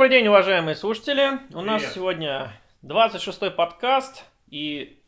Добрый день, уважаемые слушатели. У нас Привет. сегодня 26-й подкаст и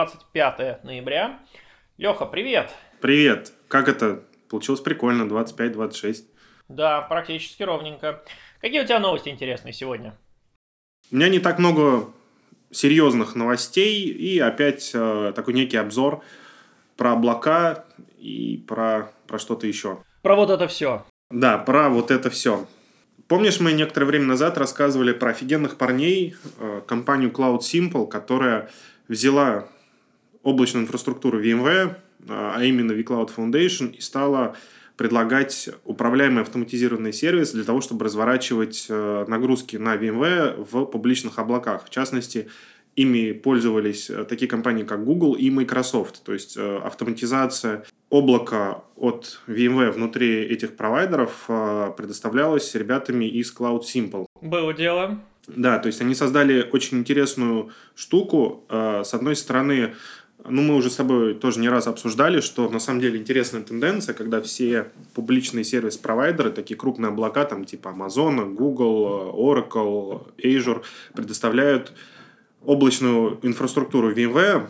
25 ноября. Леха, привет. Привет. Как это? Получилось прикольно, 25-26. Да, практически ровненько. Какие у тебя новости интересные сегодня? У меня не так много серьезных новостей и опять такой некий обзор про облака и про что-то еще. Про вот это все. Да, про вот это все. Помнишь, мы некоторое время назад рассказывали про офигенных парней, компанию Cloud Simple, которая взяла облачную инфраструктуру VMware, а именно vCloud Foundation, и стала предлагать управляемый автоматизированный сервис для того, чтобы разворачивать нагрузки на VMware в публичных облаках. В частности, ими пользовались такие компании, как Google и Microsoft. То есть автоматизация облака от VMware внутри этих провайдеров предоставлялась ребятами из Cloud Simple. Было дело. Да, то есть они создали очень интересную штуку. С одной стороны, мы уже с тобой тоже не раз обсуждали, что на самом деле интересная тенденция, когда все публичные сервис-провайдеры, такие крупные облака, там типа Amazon, Google, Oracle, Azure, предоставляют облачную инфраструктуру VMware,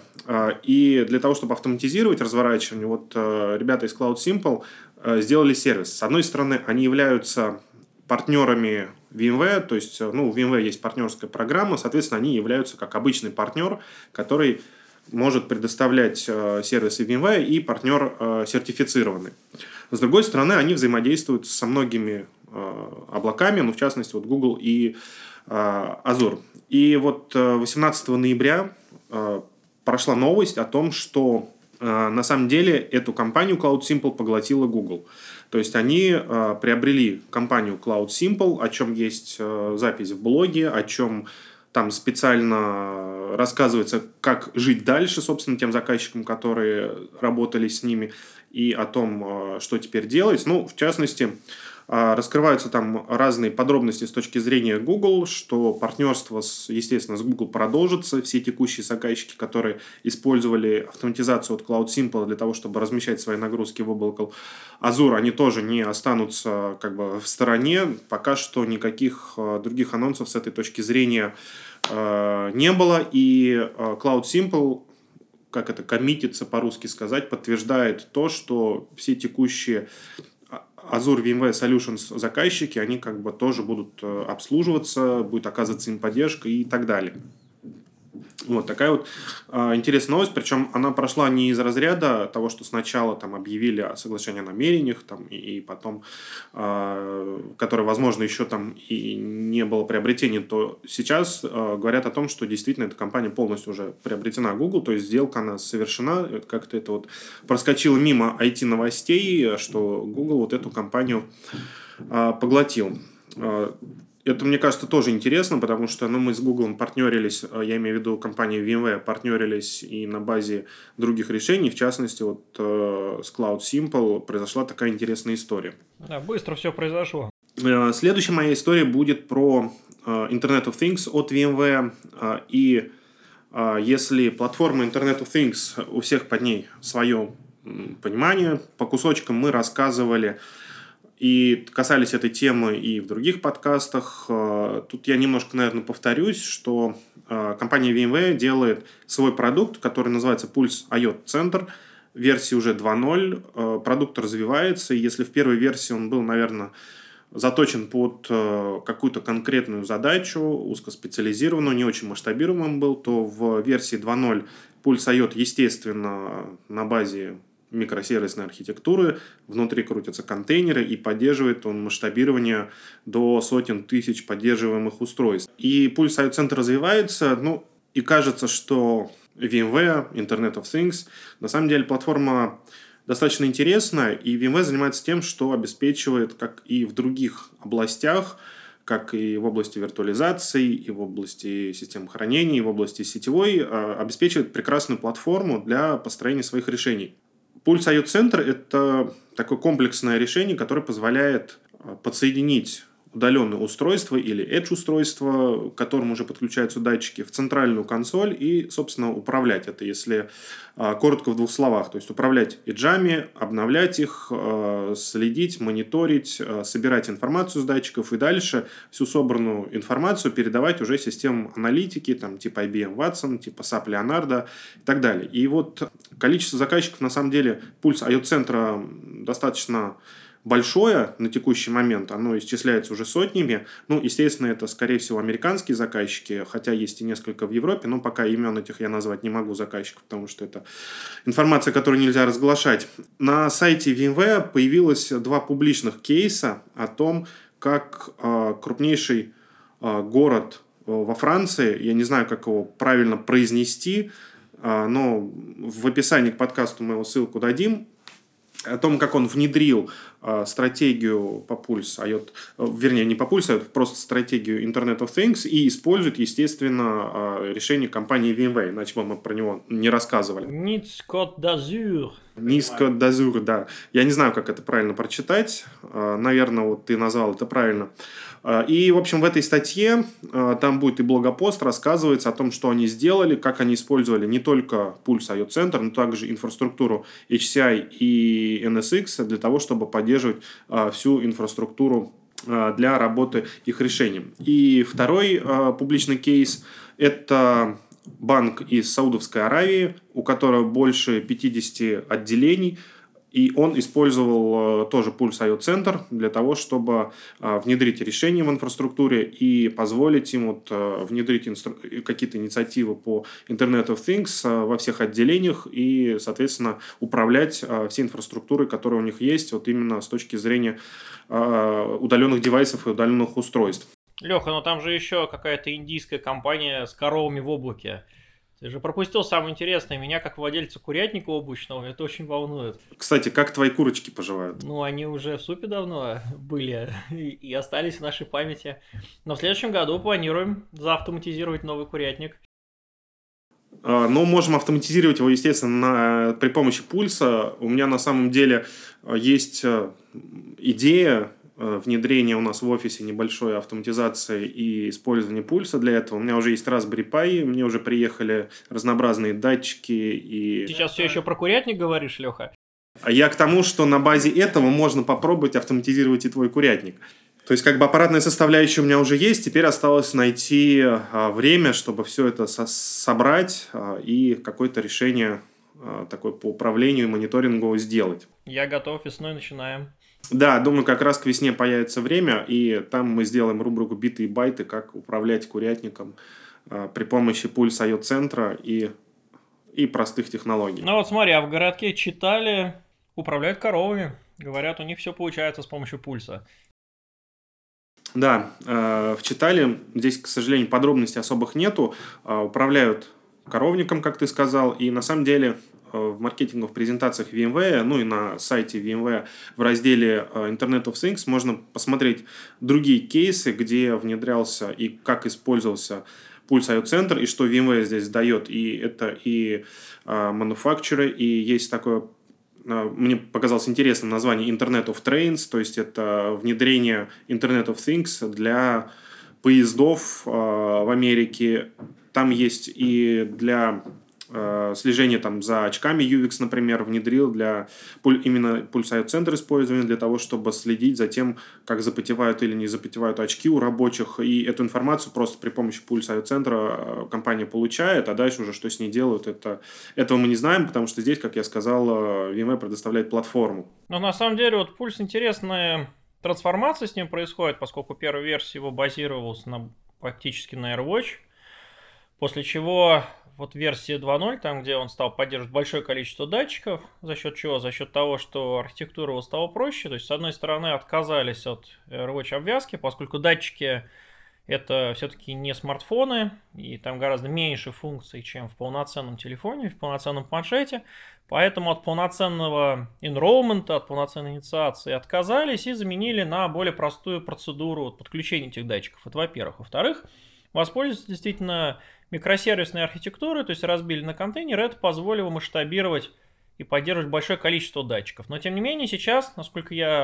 и для того, чтобы автоматизировать разворачивание, ребята из Cloud Simple сделали сервис. С одной стороны, они являются партнерами VMware, то есть у VMware есть партнерская программа, соответственно, они являются как обычный партнер, который может предоставлять сервисы VMware и партнер сертифицированный. С другой стороны, они взаимодействуют со многими облаками, в частности, Google и Azure. И 18 ноября прошла новость о том, что на самом деле эту компанию Cloud Simple поглотила Google. То есть они приобрели компанию Cloud Simple, о чем есть запись в блоге, о чем там специально рассказывается, как жить дальше, собственно, тем заказчикам, которые работали с ними, и о том, что теперь делать. В частности, раскрываются там разные подробности с точки зрения Google, что партнерство, естественно, с Google продолжится. Все текущие заказчики, которые использовали автоматизацию от Cloud Simple для того, чтобы размещать свои нагрузки в облако Azure, они тоже не останутся в стороне. Пока что никаких других анонсов с этой точки зрения не было. И Cloud Simple, коммитится по-русски сказать, подтверждает то, что все текущие Azure VMware Solutions заказчики, они тоже будут обслуживаться, будет оказываться им поддержка и так далее. Такая интересная новость, причем она прошла не из разряда того, что сначала объявили о соглашении о намерениях, и потом, которое, возможно, еще и не было приобретения, то сейчас говорят о том, что действительно эта компания полностью уже приобретена Google, то есть сделка она совершена, как-то это проскочило мимо IT-новостей, что Google эту компанию поглотил. Это, мне кажется, тоже интересно, потому что мы с Google партнерились, я имею в виду компанию VMware, партнерились и на базе других решений, в частности, с Cloud Simple произошла такая интересная история. Да, быстро все произошло. Следующая моя история будет про Internet of Things от VMware, и если платформа Internet of Things, у всех под ней свое понимание, по кусочкам мы рассказывали и касались этой темы и в других подкастах. Тут я немножко, наверное, повторюсь, что компания VMware делает свой продукт, который называется Pulse IoT Center, версии уже 2.0. Продукт развивается, и если в первой версии он был, наверное, заточен под какую-то конкретную задачу, узкоспециализированную, не очень масштабируемым был, то в версии 2.0 Pulse IoT, естественно, на базе микросервисной архитектуры, внутри крутятся контейнеры, и поддерживает он масштабирование до сотен тысяч поддерживаемых устройств. И Pulse IoT Center развивается, и кажется, что VMware, Internet of Things, на самом деле платформа достаточно интересная, и VMware занимается тем, что обеспечивает, как и в других областях, как и в области виртуализации, и в области систем хранения, и в области сетевой, обеспечивает прекрасную платформу для построения своих решений. Pulse IoT Center – это такое комплексное решение, которое позволяет подсоединить удаленное устройство или Edge устройство, к которому уже подключаются датчики, в центральную консоль и, собственно, управлять это, если коротко в двух словах. То есть управлять эджами, обновлять их, следить, мониторить, собирать информацию с датчиков и дальше всю собранную информацию передавать уже системам аналитики, там, типа IBM Watson, типа SAP Leonardo и так далее. И вот количество заказчиков, на самом деле, пульс IO-центра достаточно большое на текущий момент, оно исчисляется уже сотнями. Ну, естественно, это, скорее всего, американские заказчики, хотя есть и несколько в Европе, но пока имен этих я назвать не могу заказчиков, потому что это информация, которую нельзя разглашать. На сайте VMware появилось два публичных кейса о том, как крупнейший город во Франции, я не знаю, как его правильно произнести, но в описании к подкасту мы его ссылку дадим, о том, как он внедрил стратегию по пульс IoT, вернее, не по пульс, а просто стратегию Internet of Things и использует, естественно, решение компании VMware, иначе бы мы про него не рассказывали. Nice Côte d'Azur. Низко дозур, да. Я не знаю, как это правильно прочитать. Наверное, вот ты назвал это правильно. И, в общем, в этой статье там будет и блогопост, рассказывается о том, что они сделали, как они использовали не только Pulse IO Center, но также инфраструктуру HCI и NSX для того, чтобы поддерживать всю инфраструктуру для работы их решений. И второй публичный кейс – это банк из Саудовской Аравии, у которого больше 50 отделений, и он использовал тоже Pulse IO Center для того, чтобы внедрить решения в инфраструктуре и позволить им вот внедрить какие-то инициативы по Internet of Things во всех отделениях и, соответственно, управлять всей инфраструктурой, которая у них есть, вот именно с точки зрения удаленных девайсов и удаленных устройств. Леха, ну там же еще какая-то индийская компания с коровами в облаке. Ты же пропустил самое интересное. Меня, как владельца курятника обычного, это очень волнует. Кстати, как твои курочки поживают? Ну, они уже в супе давно были и остались в нашей памяти. Но в следующем году планируем заавтоматизировать новый курятник. Но можем автоматизировать его, естественно, при помощи пульса. У меня на самом деле есть идея внедрения у нас в офисе небольшой автоматизации и использования пульса для этого. У меня уже есть Raspberry Pi, мне уже приехали разнообразные датчики. И... Сейчас все еще про курятник говоришь, Леха? А я к тому, что на базе этого можно попробовать автоматизировать и твой курятник. То есть, как бы аппаратная составляющая у меня уже есть, теперь осталось найти время, чтобы все это собрать и какое-то решение такое по управлению и мониторингу сделать. Я готов, весной начинаем. Да, думаю, как раз к весне появится время, и там мы сделаем рубрику «Биты и байты», как управлять курятником при помощи Pulse IO центра и простых технологий. Ну вот смотри, а в городке читали, управляют коровами. Говорят, у них все получается с помощью пульса. Да, в Читале здесь, к сожалению, подробностей особых нету. Управляют коровником, как ты сказал, и на самом деле в маркетинговых презентациях VMware, ну и на сайте VMware в разделе Internet of Things можно посмотреть другие кейсы, где внедрялся и как использовался Pulse IO Center, и что VMware здесь дает. И это и manufacturer, и есть такое, мне показалось интересным название Internet of Trains, то есть это внедрение Internet of Things для поездов в Америке. Там есть и для слежения там за очками UVX, например, внедрил для именно Pulse IO Center использования для того, чтобы следить за тем, как запотевают или не запотевают очки у рабочих. И эту информацию просто при помощи Pulse IO Center компания получает, а дальше уже что с ней делают, этого мы не знаем, потому что здесь, как я сказал, VMware предоставляет платформу. Но на самом деле вот Pulse интересная трансформация с ним происходит, поскольку первая версия его базировалась практически на AirWatch, после чего вот версия 2.0, там, где он стал поддерживать большое количество датчиков, за счет чего? За счет того, что архитектура его стала проще. То есть, с одной стороны, отказались от AirWatch обвязки, поскольку датчики это все-таки не смартфоны, и там гораздо меньше функций, чем в полноценном телефоне, в полноценном планшете. Поэтому от полноценного enrollment, от полноценной инициации отказались и заменили на более простую процедуру подключения этих датчиков. Это во-первых. Во-вторых, воспользоваться действительно микросервисной архитектурой, то есть разбили на контейнеры, это позволило масштабировать и поддерживать большое количество датчиков. Но тем не менее сейчас, насколько я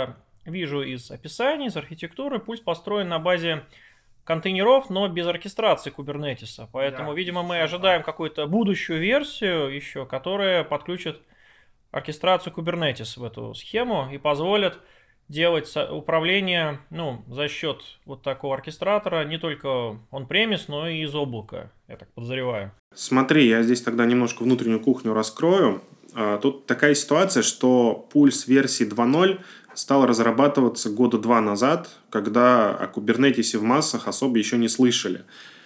вижу из описаний, из архитектуры, пульс построен на базе контейнеров, но без оркестрации кубернетиса. Поэтому, Да, видимо, мы все так. ожидаем какую-то будущую версию еще, которая подключит оркестрацию Kubernetes в эту схему и позволит делать управление, ну, за счет вот такого оркестратора не только он-премис, но и из облака, я так подозреваю. Смотри, я здесь тогда немножко внутреннюю кухню раскрою. Тут такая ситуация, что пульс версии 2.0 стал разрабатываться года 2 назад, когда о кубернетисе в массах особо еще не слышали.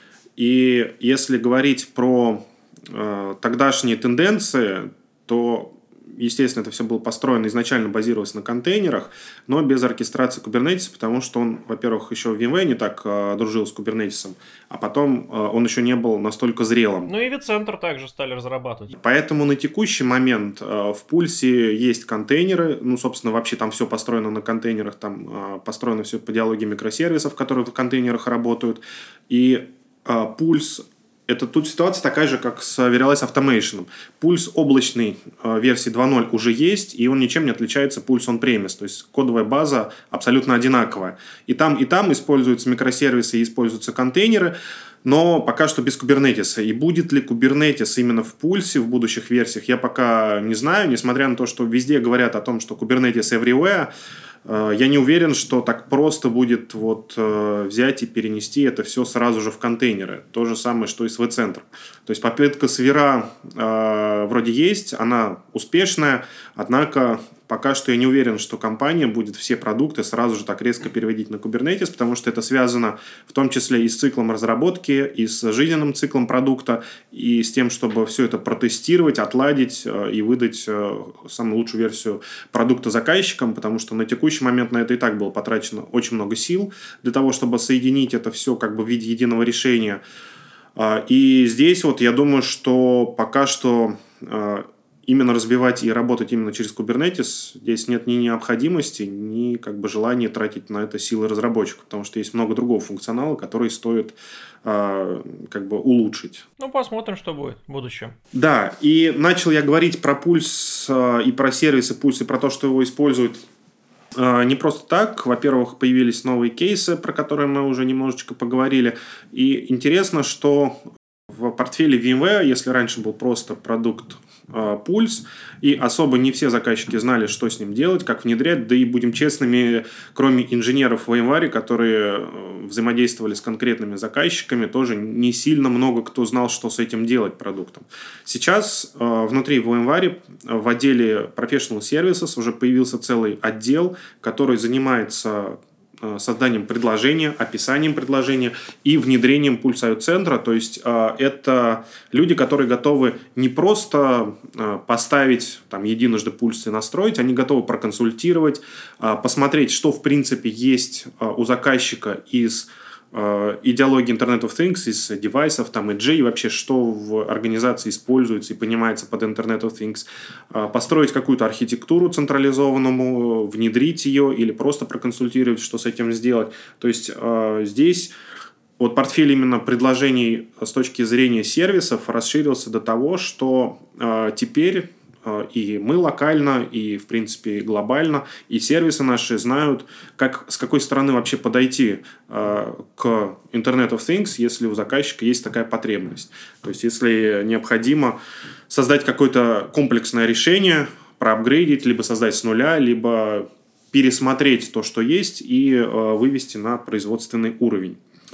И если говорить про тогдашние тенденции, то, естественно, это все было построено, изначально базировалось на контейнерах, но без оркестрации Kubernetes, потому что он, во-первых, еще в VMware не так дружил с Kubernetes, а потом он еще не был настолько зрелым. Ну и vCenter также стали разрабатывать. Поэтому на текущий момент в пульсе есть контейнеры, ну, собственно, вообще там все построено на контейнерах, там построено все по диалоге микросервисов, которые в контейнерах работают, и пульс. Это тут ситуация такая же, как с Verialize Automation. Пульс облачный версии 2.0 уже есть, и он ничем не отличается пульс on-premise. То есть кодовая база абсолютно одинаковая. И там используются микросервисы и используются контейнеры, но пока что без Kubernetes. И будет ли Kubernetes именно в пульсе в будущих версиях, я пока не знаю, несмотря на то, что везде говорят о том, что Kubernetes everywhere. Я не уверен, что так просто будет взять и перенести это все сразу же в контейнеры. То же самое, что и с vCenter. То есть попытка с Вера вроде есть, она успешная, однако пока что я не уверен, что компания будет все продукты сразу же так резко переводить на Kubernetes, потому что это связано в том числе и с циклом разработки, и с жизненным циклом продукта, и с тем, чтобы все это протестировать, отладить и выдать самую лучшую версию продукта заказчикам, потому что на текущий момент на это и так было потрачено очень много сил для того, чтобы соединить это все как бы в виде единого решения. И здесь я думаю, что пока что именно разбивать и работать именно через Kubernetes, здесь нет ни необходимости, ни как бы желания тратить на это силы разработчиков, потому что есть много другого функционала, который стоит как бы улучшить. Ну, посмотрим, что будет в будущем. Да, и начал я говорить про пульс и про сервисы пульс, и про то, что его используют не просто так. Во-первых, появились новые кейсы, про которые мы уже немножечко поговорили. И интересно, что в портфеле VMware, если раньше был просто продукт пульс, и особо не все заказчики знали, что с ним делать, как внедрять, да и будем честными, кроме инженеров в VMware, которые взаимодействовали с конкретными заказчиками, тоже не сильно много кто знал, что с этим делать продуктом. Сейчас внутри VMware в отделе Professional Services уже появился целый отдел, который занимается созданием предложения, описанием предложения и внедрением Pulse IO центра. То есть это люди, которые готовы не просто поставить там единожды пульс и настроить, они готовы проконсультировать, посмотреть, что в принципе есть у заказчика из идеологии Internet of Things, из девайсов, там, EDGE, и вообще, что в организации используется и понимается под Internet of Things, построить какую-то архитектуру централизованную, внедрить ее или просто проконсультировать, что с этим сделать. То есть здесь портфель именно предложений с точки зрения сервисов расширился до того, что теперь и мы локально, и, в принципе, глобально, и сервисы наши знают, с какой стороны вообще подойти к Internet of Things, если у заказчика есть такая потребность. То есть, если необходимо создать какое-то комплексное решение, проапгрейдить, либо создать с нуля, либо пересмотреть то, что есть, и вывести на производственный уровень.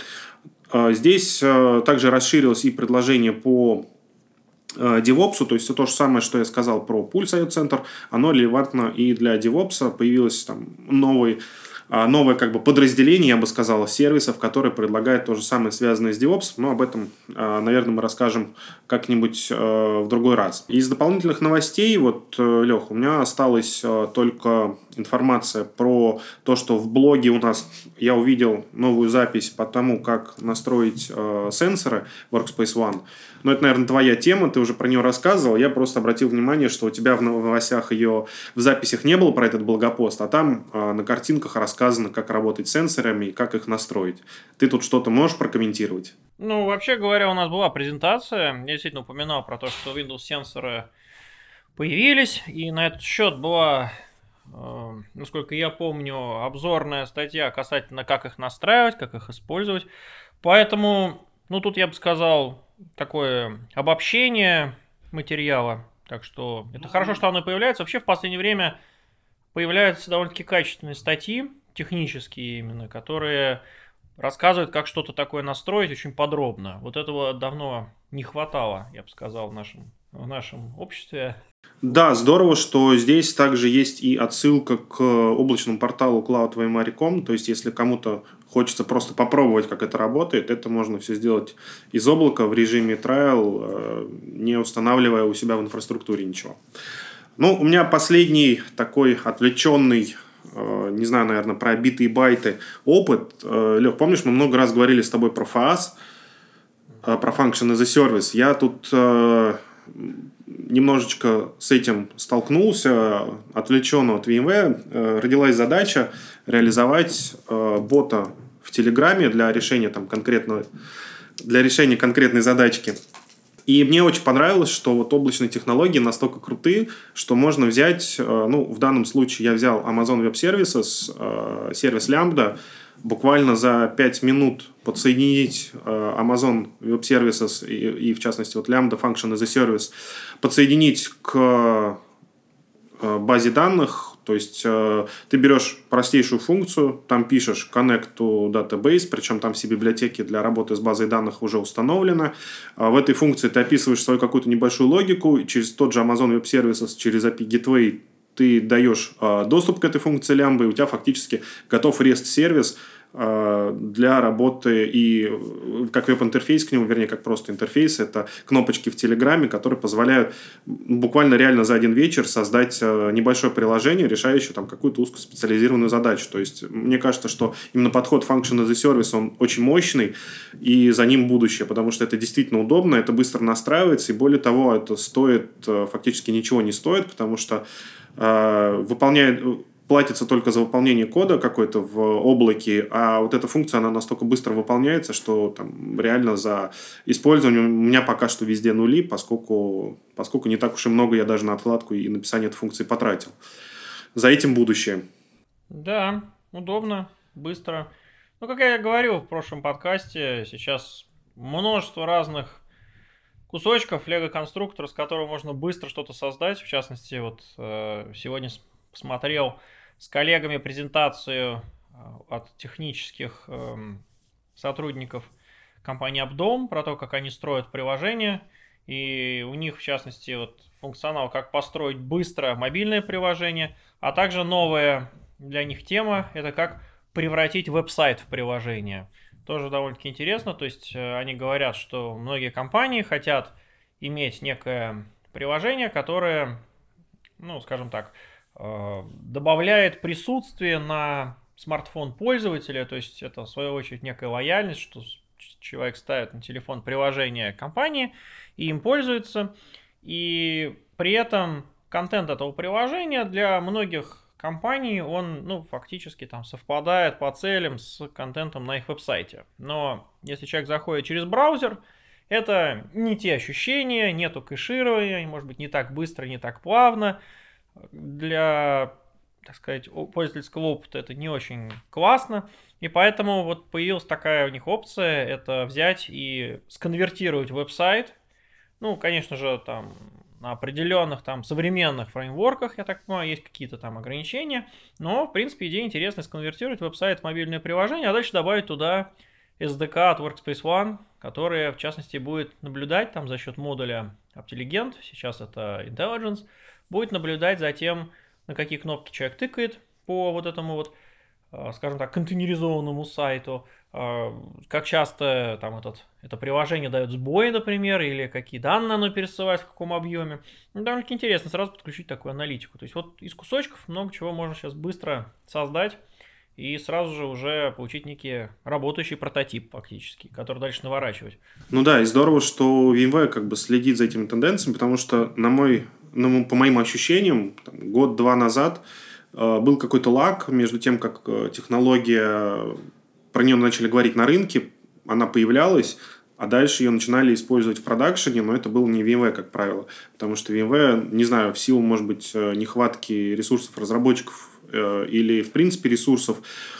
Здесь также расширилось и предложение по DevOps, то есть то же самое, что я сказал про Pulse IO центр, оно релевантно и для DevOps. Появилось там новое как бы подразделение, я бы сказал, сервисов, которые предлагают то же самое, связанное с DevOps, но об этом, наверное, мы расскажем как-нибудь в другой раз. Из дополнительных новостей, Лех, у меня осталась только информация про то, что в блоге у нас я увидел новую запись по тому, как настроить сенсоры Workspace ONE. Но это, наверное, твоя тема, ты уже про нее рассказывал. Я просто обратил внимание, что у тебя в новостях ее в записях не было про этот блогопост, а там на картинках рассказано, как работать с сенсорами и как их настроить. Ты тут что-то можешь прокомментировать? Ну, вообще говоря, у нас была презентация. Я действительно упоминал про то, что Windows сенсоры появились, и на этот счет была насколько я помню, обзорная статья касательно, как их настраивать, как их использовать. Поэтому, ну, тут я бы сказал, такое обобщение материала. Так что это хорошо, что оно появляется. Вообще в последнее время появляются довольно-таки качественные статьи, технические именно, которые рассказывают, как что-то такое настроить очень подробно. Вот этого давно не хватало, я бы сказал, в нашем обществе. Да, здорово, что здесь также есть и отсылка к облачному порталу cloudvmr.com. То есть, если кому-то хочется просто попробовать, как это работает, это можно все сделать из облака в режиме trial, не устанавливая у себя в инфраструктуре ничего. Ну, у меня последний такой отвлеченный, не знаю, наверное, про биты и байты опыт. Лех, помнишь, мы много раз говорили с тобой про FAS, про Function as a Service. Я тут немножечко с этим столкнулся, отвлеченно от VMware. Родилась задача реализовать бота в Телеграме для решения конкретной задачки. И мне очень понравилось, что вот облачные технологии настолько крутые, что можно взять, в данном случае я взял Amazon Web Services, сервис Lambda, буквально за 5 минут подсоединить Amazon Web Services и в частности вот Lambda Function as a Service, подсоединить к базе данных. То есть ты берешь простейшую функцию, там пишешь connect to database, причем там все библиотеки для работы с базой данных уже установлены. В этой функции ты описываешь свою какую-то небольшую логику, и через тот же Amazon Web Services, через API Gateway ты даешь доступ к этой функции Lambda, и у тебя фактически готов REST-сервис для работы и как веб-интерфейс к нему, вернее, как просто интерфейс. Это кнопочки в Телеграме, которые позволяют буквально реально за один вечер создать небольшое приложение, решающее там какую-то узкоспециализированную задачу. То есть, мне кажется, что именно подход Function as a Service, он очень мощный, и за ним будущее, потому что это действительно удобно, это быстро настраивается, и более того, это стоит, фактически ничего не стоит, потому что платится только за выполнение кода какой-то в облаке, а вот эта функция, она настолько быстро выполняется, что там реально за использование у меня пока что везде нули, поскольку не так уж и много я даже на отладку и написание этой функции потратил. За этим будущее. Да, удобно, быстро. Ну, как я говорил в прошлом подкасте, сейчас множество разных кусочков лего-конструктора, с которого можно быстро что-то создать. В частности, вот сегодня посмотрел с коллегами презентацию от технических сотрудников компании Updom про то, как они строят приложение. И у них, в частности, вот функционал, как построить быстро мобильное приложение, а также новая для них тема, это как превратить веб-сайт в приложение. Тоже довольно-таки интересно. То есть они говорят, что многие компании хотят иметь некое приложение, которое, ну, скажем так, добавляет присутствие на смартфон пользователя, то есть это в свою очередь некая лояльность, что человек ставит на телефон приложение компании и им пользуется, и при этом контент этого приложения для многих компаний, он, фактически там совпадает по целям с контентом на их веб-сайте. Но если человек заходит через браузер, это не те ощущения, нету кэширования, может быть, не так быстро, не так плавно. Для, так сказать, пользовательского опыта это не очень классно. И поэтому вот появилась такая у них опция, это взять и сконвертировать веб-сайт. Ну, конечно же, там на определенных там современных фреймворках, я так понимаю, есть какие-то там ограничения. Но, в принципе, идея интересная: сконвертировать веб-сайт в мобильное приложение, а дальше добавить туда SDK от Workspace ONE, которая, в частности, будет наблюдать там за счет модуля Opteligent, сейчас это Intelligence, будет наблюдать за тем, на какие кнопки человек тыкает по вот этому вот, скажем так, контейнеризованному сайту, как часто там это приложение дает сбои, например, или какие данные оно пересылает, в каком объеме. Ну, довольно интересно сразу подключить такую аналитику. То есть вот из кусочков много чего можно сейчас быстро создать и сразу же уже получить некий работающий прототип фактически, который дальше наворачивать. Ну да, и здорово, что VMware как бы следит за этими тенденциями, потому что по моим ощущениям, год-два назад был какой-то лаг между тем, как технология, про нее начали говорить на рынке, она появлялась, а дальше ее начинали использовать в продакшене, но это было не VMware, как правило. Потому что VMware, не знаю, в силу, может быть, нехватки ресурсов разработчиков или, в принципе, ресурсов,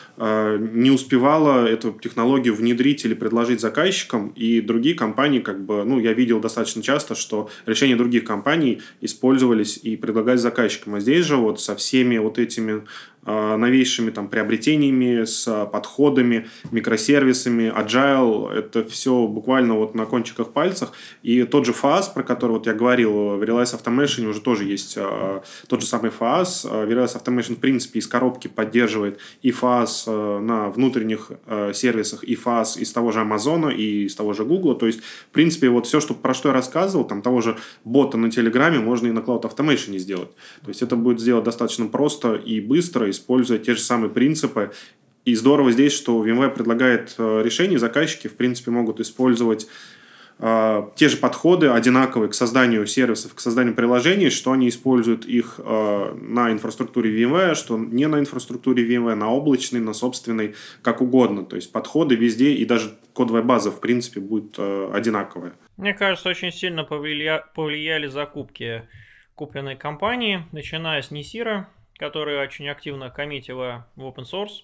не успевала эту технологию внедрить или предложить заказчикам, и другие компании, я видел достаточно часто, что решения других компаний использовались и предлагались заказчикам. А здесь же вот со всеми вот этими новейшими там приобретениями, с подходами, микросервисами, agile, это все буквально вот на кончиках пальцах. И тот же FAS, про который вот я говорил, в Realize Automation уже тоже есть тот же самый FAS. Realize Automation в принципе из коробки поддерживает и FAS на внутренних сервисах, и FAS из того же Амазона, и из того же Гугла. То есть, в принципе, вот все, про что я рассказывал, там того же бота на Телеграме можно и на Cloud Automation сделать. То есть, это будет сделать достаточно просто и быстро, используя те же самые принципы. И здорово здесь, что VMware предлагает решения, заказчики, в принципе, могут использовать те же подходы одинаковые к созданию сервисов, к созданию приложений, что они используют их на инфраструктуре VMware, что не на инфраструктуре VMware, на облачной, на собственной, как угодно. То есть подходы везде, и даже кодовая база, в принципе, будет одинаковая. Мне кажется, очень сильно повлияли закупки купленной компании, начиная с Nicira, которая очень активно коммитила в open source,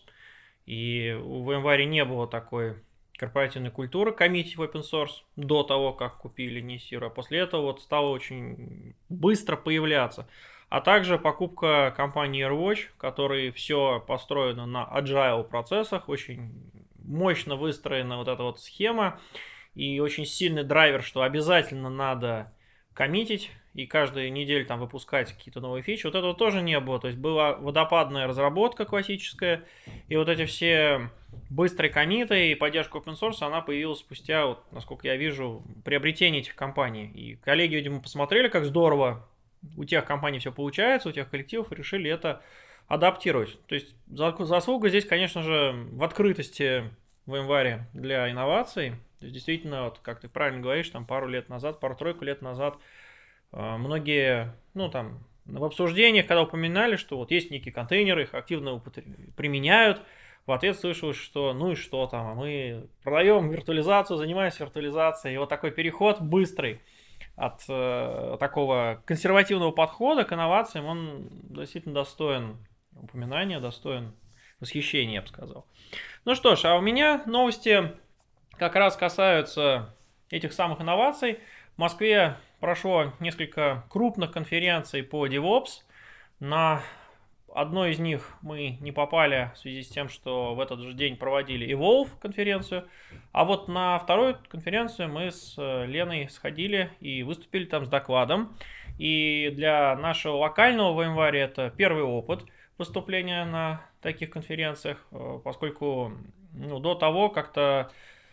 и у VMware не было такой корпоративной культуры коммитить в open source до того, как купили Nicira. После этого вот стало очень быстро появляться. А также покупка компании AirWatch, в которой все построено на agile процессах, очень мощно выстроена вот эта вот схема и очень сильный драйвер, что обязательно надо коммитить и каждую неделю там выпускать какие-то новые фичи. Вот этого тоже не было. То есть была водопадная разработка классическая, и вот эти все быстрые коммиты и поддержка open source, она появилась спустя, вот, насколько я вижу, приобретение этих компаний. И коллеги, видимо, посмотрели, как здорово у тех компаний все получается, у тех коллективов, и решили это адаптировать. То есть заслуга здесь, конечно же, в открытости в VMware для инноваций. То есть действительно, вот, как ты правильно говоришь, там пару-тройку лет назад многие, в обсуждениях, когда упоминали, что вот есть некие контейнеры, их активно применяют, в ответ слышалось, что ну и что там, а мы продаем виртуализацию, занимаемся виртуализацией. И вот такой переход быстрый от такого консервативного подхода к инновациям, он действительно достоин упоминания, достоин восхищения, я бы сказал. Ну что ж, а у меня новости как раз касаются этих самых инноваций. В Москве прошло несколько крупных конференций по DevOps. На одной из них мы не попали в связи с тем, что в этот же день проводили Evolve конференцию. А вот на вторую конференцию мы с Леной сходили и выступили там с докладом. И для нашего локального VMware это первый опыт выступления на таких конференциях, поскольку до того как-то,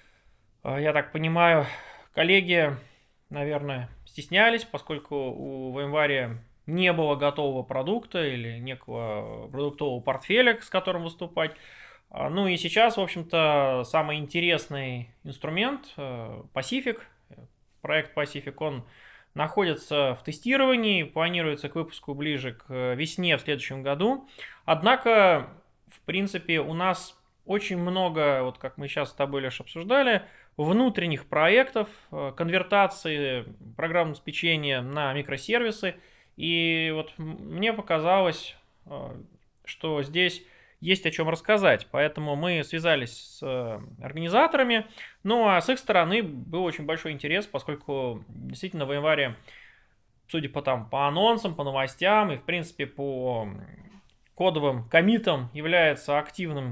я так понимаю, коллеги, наверное, стеснялись, поскольку у VMware не было готового продукта или некого продуктового портфеля, с которым выступать. Ну и сейчас, в общем-то, самый интересный инструмент Pacific, проект Pacific, он находится в тестировании, планируется к выпуску ближе к весне в следующем году. Однако, в принципе, у нас очень много, вот как мы сейчас с тобой, Леш, обсуждали, внутренних проектов, конвертации программного обеспечения на микросервисы. И вот мне показалось, что здесь есть о чем рассказать. Поэтому мы связались с организаторами. Ну а с их стороны был очень большой интерес, поскольку действительно в январе, судя по анонсам, по новостям и в принципе по кодовым коммитам, является активным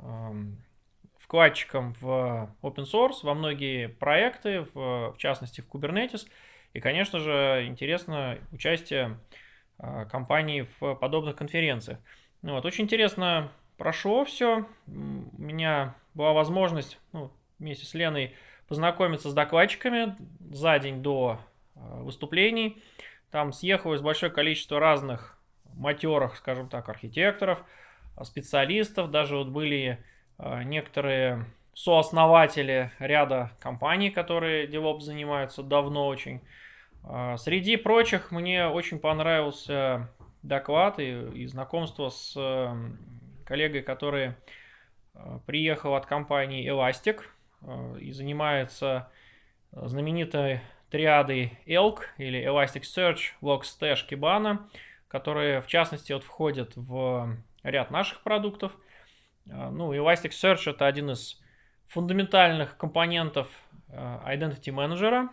вкладчиком в open source, во многие проекты, в частности в Kubernetes. И, конечно же, интересно участие компаний в подобных конференциях. Вот, очень интересно прошло все. У меня была возможность вместе с Леной познакомиться с докладчиками за день до выступлений. Там съехалось большое количество разных матерых, скажем так, архитекторов, специалистов. Даже вот были некоторые сооснователи ряда компаний, которые DevOps занимаются давно очень. Среди прочих мне очень понравился доклад и знакомство с коллегой, который приехал от компании Elastic и занимается знаменитой триадой ELK или Elasticsearch, Logstash, Kibana, которые в частности вот входят в ряд наших продуктов. Ну, Elasticsearch это один из фундаментальных компонентов Identity Manager.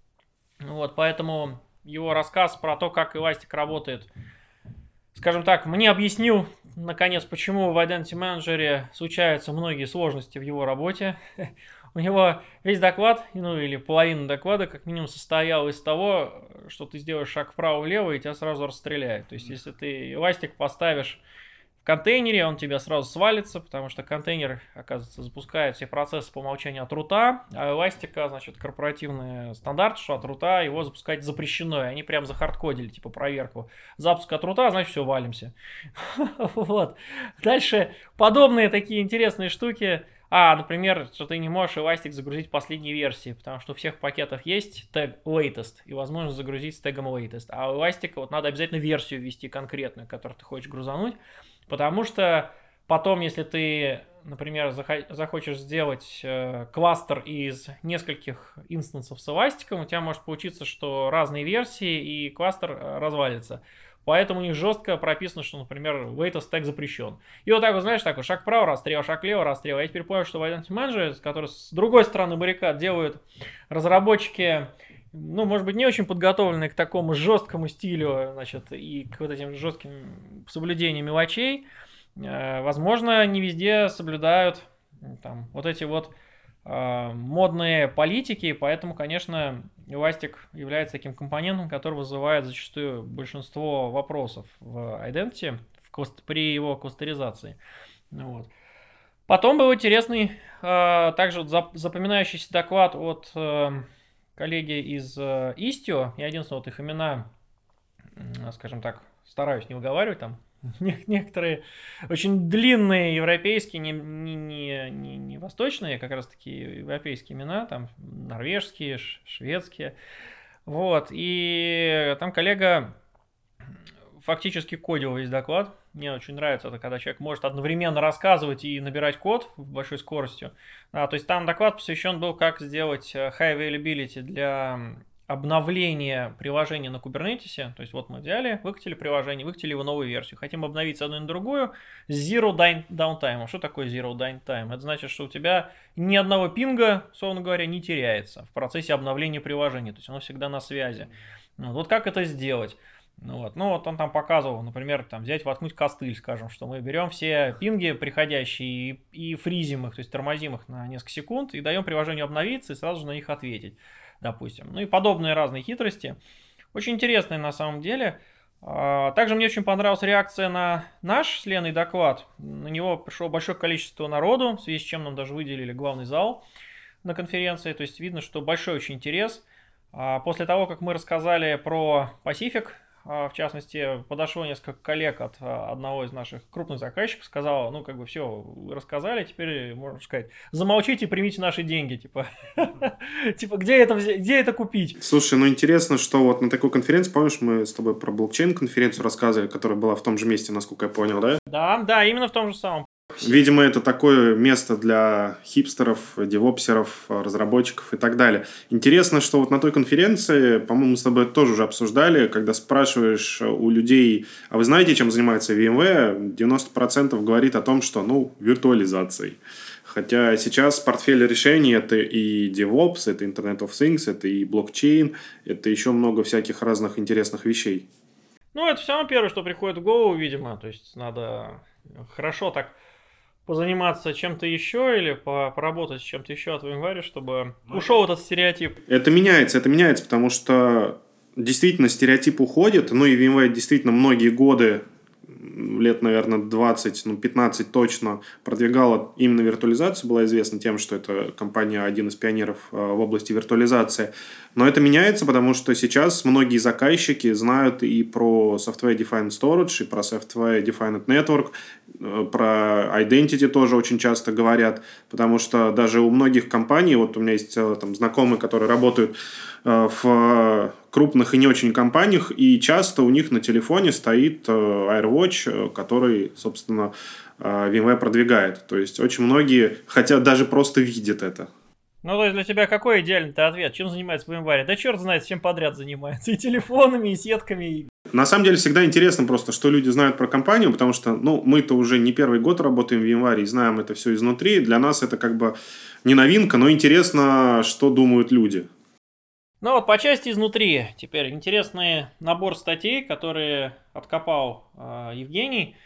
Вот, поэтому его рассказ про то, как Elastic работает, скажем так, мне объяснил, наконец, почему в Identity Manager случаются многие сложности в его работе. У него весь доклад, ну или половина доклада, как минимум, состояла из того, что ты сделаешь шаг вправо-влево и тебя сразу расстреляют. То есть, если ты Elastic поставишь в контейнере, он тебя сразу свалится, потому что контейнер, оказывается, запускает все процессы по умолчанию от рута, а Elastic, значит, корпоративный стандарт, что от рута его запускать запрещено. И они прям захардкодили, типа, проверку. Запуск от рута, значит, все, валимся. Вот. Дальше подобные такие интересные штуки. Например, что ты не можешь Elastic загрузить последней версии, потому что у всех пакетов есть тег latest, и возможность загрузить с тегом latest. А у Elastic вот надо обязательно версию ввести конкретную, которую ты хочешь грузануть, потому что потом, если ты, например, захочешь сделать кластер из нескольких инстансов с Elastic, у тебя может получиться, что разные версии, и кластер развалится. Поэтому у них жестко прописано, что, например, latest тег запрещен. И вот так вот, знаешь, такой шаг вправо, расстрел, шаг влево, расстрел. Я теперь понял, что в Identity Manager, который с другой стороны баррикад делают разработчики, ну, может быть, не очень подготовленные к такому жесткому стилю, значит, и к вот этим жестким соблюдениям мелочей, возможно, не везде соблюдают там вот эти вот модные политики, поэтому, конечно, Elastic является таким компонентом, который вызывает зачастую большинство вопросов в Identity при его кластеризации. Вот. Потом был интересный, также вот запоминающийся доклад от коллеги из Istio. Я единственное, вот их имена, скажем так, стараюсь не выговаривать там. Некоторые очень длинные европейские, не восточные, как раз таки европейские имена, там норвежские, шведские. Вот, и там коллега фактически кодил весь доклад. Мне очень нравится это, когда человек может одновременно рассказывать и набирать код в большой скоростью. То есть там доклад посвящен был, как сделать high availability для обновление приложения на Kubernetes. То есть вот мы взяли, выкатили приложение, выкатили его новую версию. Хотим обновить с одной на другую с zero downtime. Что такое zero downtime? Это значит, что у тебя ни одного пинга, условно говоря, не теряется в процессе обновления приложения. То есть оно всегда на связи. Вот как это сделать? Ну вот он там показывал, например, там взять, воткнуть костыль, скажем, что мы берем все пинги приходящие и фризим их, то есть тормозим их на несколько секунд и даем приложению обновиться и сразу же на них ответить, допустим. Ну и подобные разные хитрости. Очень интересные на самом деле. Также мне очень понравилась реакция на наш с Леной доклад. На него пришло большое количество народу, в связи с чем нам даже выделили главный зал на конференции. То есть видно, что большой очень интерес. После того, как мы рассказали про Pacific, в частности, подошло несколько коллег от одного из наших крупных заказчиков, сказал, ну, как бы, все, вы рассказали, теперь, можно сказать, замолчите и примите наши деньги, типа, типа, где это купить? Слушай, ну, интересно, что вот на такой конференции, помнишь, мы с тобой про блокчейн-конференцию рассказывали, которая была в том же месте, насколько я понял, да? Да, именно в том же самом. Видимо, это такое место для хипстеров, девопсеров, разработчиков и так далее. Интересно, что вот на той конференции, по-моему, мы с тобой тоже уже обсуждали, когда спрашиваешь у людей, а вы знаете, чем занимается VMware, 90% говорит о том, что, виртуализацией. Хотя сейчас портфель решений – это и DevOps, это Internet of Things, это и блокчейн, это еще много всяких разных интересных вещей. Ну, это самое первое, что приходит в голову, видимо. То есть, надо хорошо так позаниматься чем-то еще или поработать с чем-то еще от VMware, чтобы ушел этот стереотип. Это меняется, потому что действительно стереотип уходит, и VMware действительно многие годы, лет, наверное, 20, 15 точно продвигала именно виртуализацию, была известна тем, что это компания один из пионеров в области виртуализации. Но это меняется, потому что сейчас многие заказчики знают и про Software Defined Storage, и про Software Defined Network, про Identity тоже очень часто говорят, потому что даже у многих компаний, вот у меня есть там знакомые, которые работают в крупных и не очень компаниях, и часто у них на телефоне стоит AirWatch, который, собственно, VMware продвигает. То есть очень многие хотят, даже просто видят это. Ну, то есть для тебя какой идеальный-то ответ? Чем занимается в январе? Да черт знает, чем подряд занимается. И телефонами, и сетками. На самом деле всегда интересно просто, что люди знают про компанию, потому что, ну, мы-то уже не первый год работаем в январе и знаем это все изнутри. Для нас это как бы не новинка, но интересно, что думают люди. Ну вот по части изнутри. Теперь интересный набор статей, которые откопал Евгений,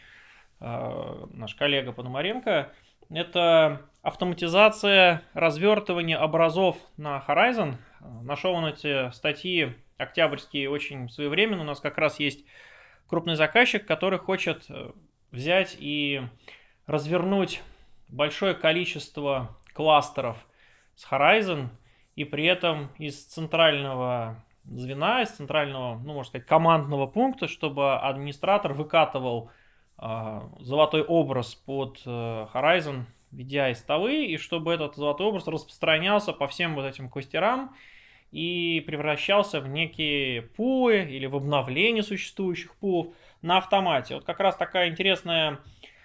наш коллега Пономаренко. Это автоматизация развертывания образов на Horizon. Нашел он эти статьи октябрьские очень своевременно. У нас как раз есть крупный заказчик, который хочет взять и развернуть большое количество кластеров с Horizon, и при этом из центрального звена, из центрального, ну, можно сказать, командного пункта, чтобы администратор выкатывал золотой образ под Horizon VDI столы, и чтобы этот золотой образ распространялся по всем вот этим кластерам и превращался в некие пулы или в обновление существующих пулов на автомате. Вот как раз такая интересная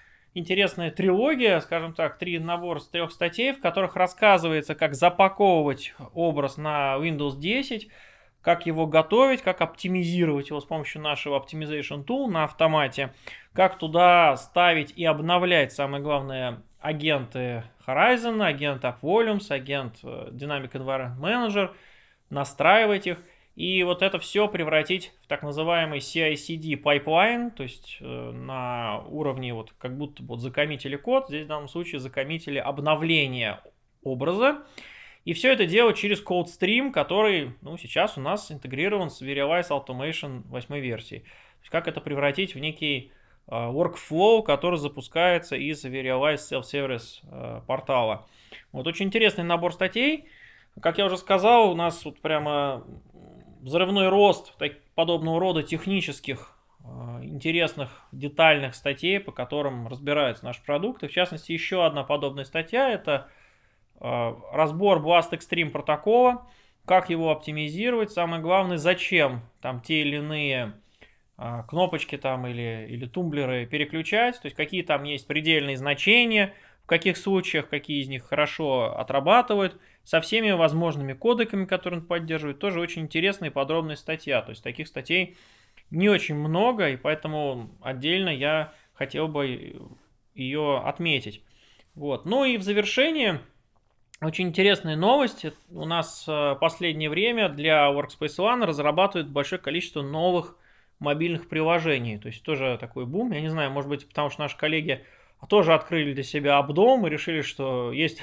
трилогия, скажем так, набор с 3 статей, в которых рассказывается, как запаковывать образ на Windows 10, как его готовить, как оптимизировать его с помощью нашего Optimization Tool на автомате, как туда ставить и обновлять, самое главное, агенты Horizon, агент AppVolumes, агент Dynamic Environment Manager, настраивать их. И вот это все превратить в так называемый CI/CD pipeline, то есть на уровне вот как будто вот закоммитили код, здесь в данном случае закоммитили обновление образа. И все это делать через CodeStream, который сейчас у нас интегрирован с Verialize Automation 8 версии. То есть как это превратить в некий workflow, который запускается из Verialize Self-Service портала. Вот очень интересный набор статей. Как я уже сказал, у нас вот прямо взрывной рост подобного рода технических, интересных, детальных статей, по которым разбираются наши продукты. В частности, еще одна подобная статья – это разбор Blast Extreme протокола, как его оптимизировать, самое главное, зачем там те или иные кнопочки там или тумблеры переключать, то есть какие там есть предельные значения, в каких случаях, какие из них хорошо отрабатывают, со всеми возможными кодеками, которые он поддерживает. Тоже очень интересная и подробная статья. То есть таких статей не очень много, и поэтому отдельно я хотел бы ее отметить. Вот. Ну и в завершение очень интересная новость. У нас в последнее время для Workspace ONE разрабатывают большое количество новых мобильных приложений. То есть тоже такой бум. Я не знаю, может быть, потому что наши коллеги тоже открыли для себя Апдом и решили, что есть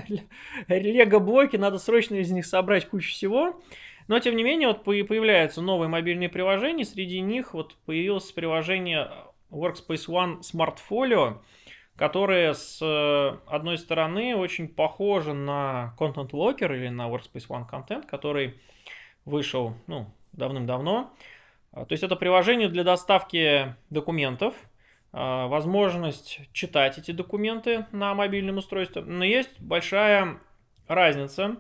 лего-блоки, надо срочно из них собрать кучу всего. Но, тем не менее, вот появляются новые мобильные приложения. Среди них вот появилось приложение Workspace ONE Smartfolio, которое с одной стороны очень похоже на Content Locker или на Workspace ONE Content, который вышел давным-давно. То есть это приложение для доставки документов, возможность читать эти документы на мобильном устройстве. Но есть большая разница,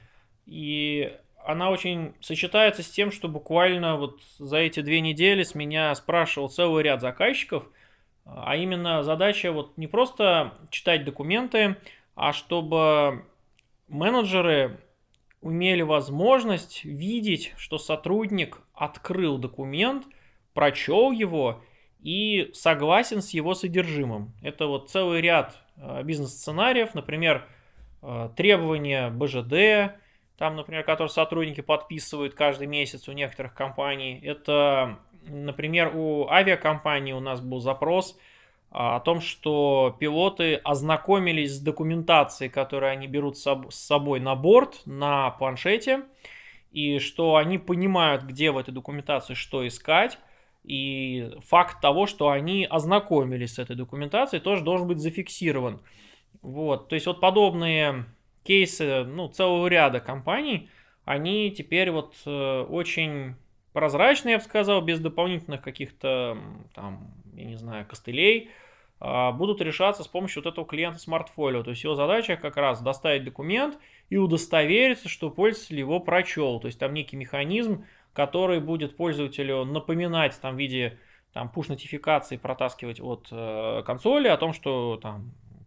и она очень сочетается с тем, что буквально вот за эти 2 недели с меня спрашивал целый ряд заказчиков, а именно задача вот не просто читать документы, а чтобы менеджеры имели возможность видеть, что сотрудник открыл документ, прочел его и согласен с его содержимым. Это вот целый ряд бизнес-сценариев, например, требования БЖД, там, например, которые сотрудники подписывают каждый месяц у некоторых компаний. Это, например, у авиакомпании у нас был запрос о том, что пилоты ознакомились с документацией, которую они берут с собой на борт, на планшете, и что они понимают, где в этой документации что искать. И факт того, что они ознакомились с этой документацией, тоже должен быть зафиксирован. Вот. То есть вот подобные кейсы целого ряда компаний, они теперь вот очень прозрачные, я бы сказал, без дополнительных каких-то там, я не знаю, костылей, будут решаться с помощью вот этого клиента Smartfolio. То есть его задача как раз доставить документ и удостовериться, что пользователь его прочел. То есть там некий механизм, который будет пользователю напоминать там, в виде push-нотификации протаскивать от консоли о том, что там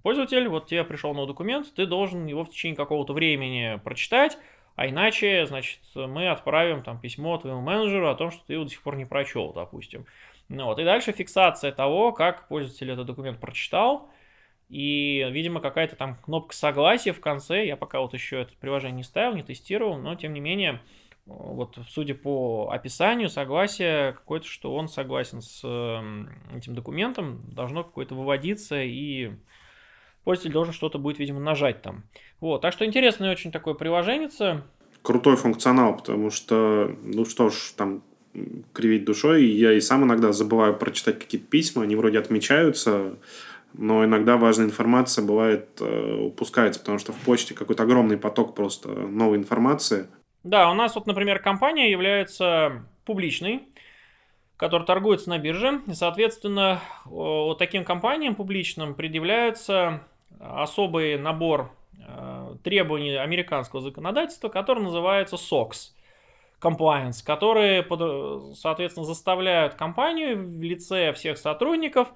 пользователь, вот тебе пришел новый документ, ты должен его в течение какого-то времени прочитать, а иначе, значит, мы отправим там письмо твоему менеджеру о том, что ты его до сих пор не прочел, допустим. Ну, вот. И дальше фиксация того, как пользователь этот документ прочитал, и, видимо, какая-то там кнопка согласия в конце. Я пока вот еще это приложение не ставил, не тестировал, но тем не менее, вот судя по описанию, согласие какое-то, что он согласен с этим документом, должно какое-то выводиться, и пользователь должен что-то будет, видимо, нажать там. Вот, так что интересное очень такое приложение. Крутой функционал, потому что, ну что ж, там кривить душой, я и сам иногда забываю прочитать какие-то письма, они вроде отмечаются, но иногда важная информация бывает упускается, потому что в почте какой-то огромный поток просто новой информации. Да, у нас вот, например, компания является публичной, которая торгуется на бирже, и, соответственно, вот таким компаниям публичным предъявляется особый набор требований американского законодательства, который называется SOX Compliance, которые, соответственно, заставляют компанию в лице всех сотрудников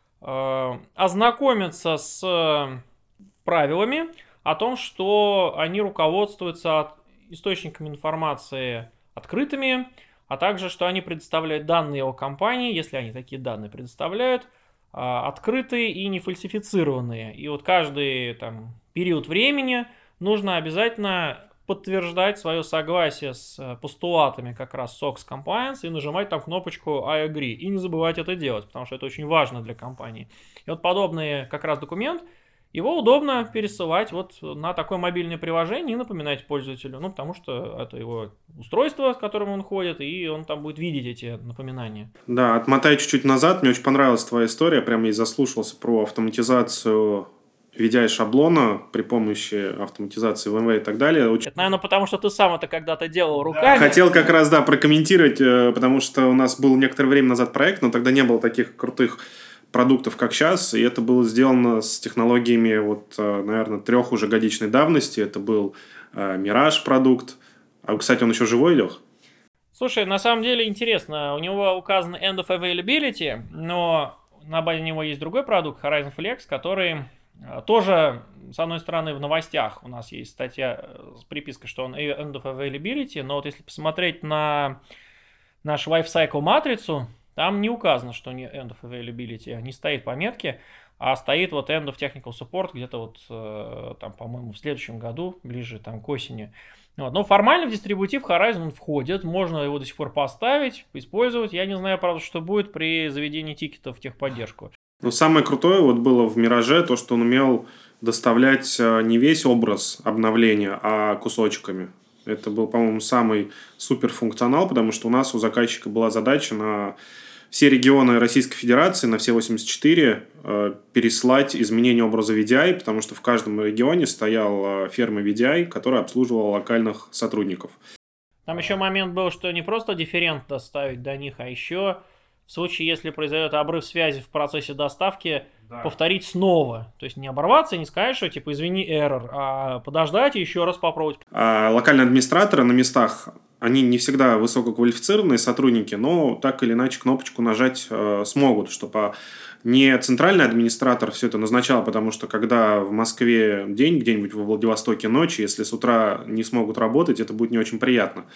ознакомиться с правилами о том, что они руководствуются источниками информации открытыми, а также, что они предоставляют данные о компании, если они такие данные предоставляют, открытые и не фальсифицированные. И вот каждый там период времени нужно обязательно подтверждать свое согласие с постулатами как раз SOX Compliance и нажимать там кнопочку I agree. И не забывать это делать, потому что это очень важно для компании. И вот подобный как раз документ, его удобно пересылать вот на такое мобильное приложение и напоминать пользователю, ну, потому что это его устройство, с которым он ходит, и он там будет видеть эти напоминания. Да, отмотай чуть-чуть назад, мне очень понравилась твоя история, прям я заслушался про автоматизацию VDI шаблона при помощи автоматизации VMware и так далее. Это, наверное, потому что ты сам это когда-то делал руками. Хотел как раз, да, прокомментировать, потому что у нас был некоторое время назад проект, но тогда не было таких крутых продуктов, как сейчас, и это было сделано с технологиями, вот, наверное, 3 уже годичной давности. Это был Mirage продукт. А, кстати, он еще живой, Лех? Слушай, на самом деле интересно, у него указано End of Availability, но на базе него есть другой продукт, Horizon Flex, который тоже, с одной стороны, в новостях у нас есть статья с припиской, что он End of Availability, но вот если посмотреть на нашу Lifecycle матрицу, там не указано, что не End of Availability, не стоит пометки, а стоит вот End of Technical Support где-то вот там, по-моему, в следующем году, ближе там к осени. Вот. Но формально в дистрибутив Horizon он входит, можно его до сих пор поставить, использовать. Я не знаю, правда, что будет при заведении тикетов в техподдержку. Ну, самое крутое вот было в Мираже то, что он умел доставлять не весь образ обновления, а кусочками. Это был, по-моему, самый супер функционал, потому что у нас у заказчика была задача на все регионы Российской Федерации, на все 84, переслать изменение образа VDI, потому что в каждом регионе стояла ферма VDI, которая обслуживала локальных сотрудников. Там еще момент был, что не просто дифферент доставить до них, а еще в случае, если произойдет обрыв связи в процессе доставки, повторить снова. То есть не оборваться и не сказать, что типа извини, error, а подождать и еще раз попробовать. А локальные администраторы на местах, они не всегда высококвалифицированные сотрудники, но так или иначе кнопочку нажать смогут, чтобы не центральный администратор все это назначал, потому что когда в Москве день, где-нибудь во Владивостоке ночь, если с утра не смогут работать, это будет не очень приятно.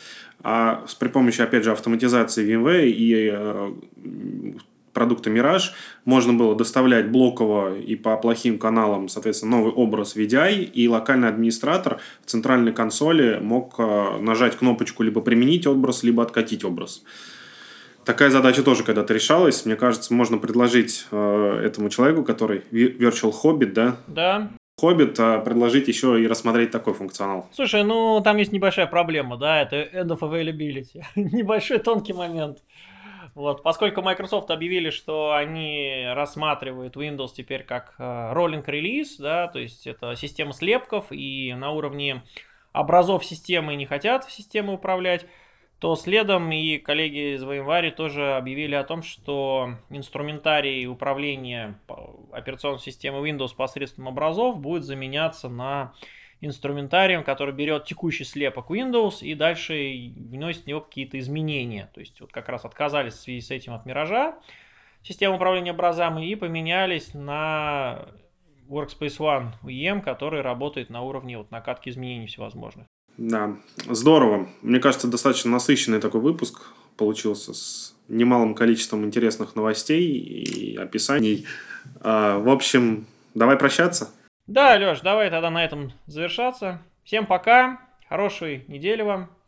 А при помощи, опять же, автоматизации VMware и продукта Mirage можно было доставлять блоково и по плохим каналам, соответственно, новый образ VDI, и локальный администратор в центральной консоли мог нажать кнопочку либо применить образ, либо откатить образ. Такая задача тоже когда-то решалась. Мне кажется, можно предложить этому человеку, который Virtual Hobbit, да? Да. Hobbit, предложить еще и рассмотреть такой функционал. Слушай, ну там есть небольшая проблема, да, это End of Availability. Небольшой тонкий момент. Вот, поскольку Microsoft объявили, что они рассматривают Windows теперь как rolling release, да, то есть это система слепков, и на уровне образов системы не хотят системой управлять, то следом и коллеги из VMware тоже объявили о том, что инструментарий управления операционной системой Windows посредством образов будет заменяться на инструментарием, который берет текущий слепок Windows и дальше вносит в него какие-то изменения. То есть вот как раз отказались в связи с этим от Миража, системы управления образами, и поменялись на Workspace ONE UEM, который работает на уровне вот накатки изменений всевозможных. Да, здорово. Мне кажется, достаточно насыщенный такой выпуск получился с немалым количеством интересных новостей и описаний. В общем, давай прощаться. Да, Леш, давай тогда на этом завершаться. Всем пока, хорошей недели вам.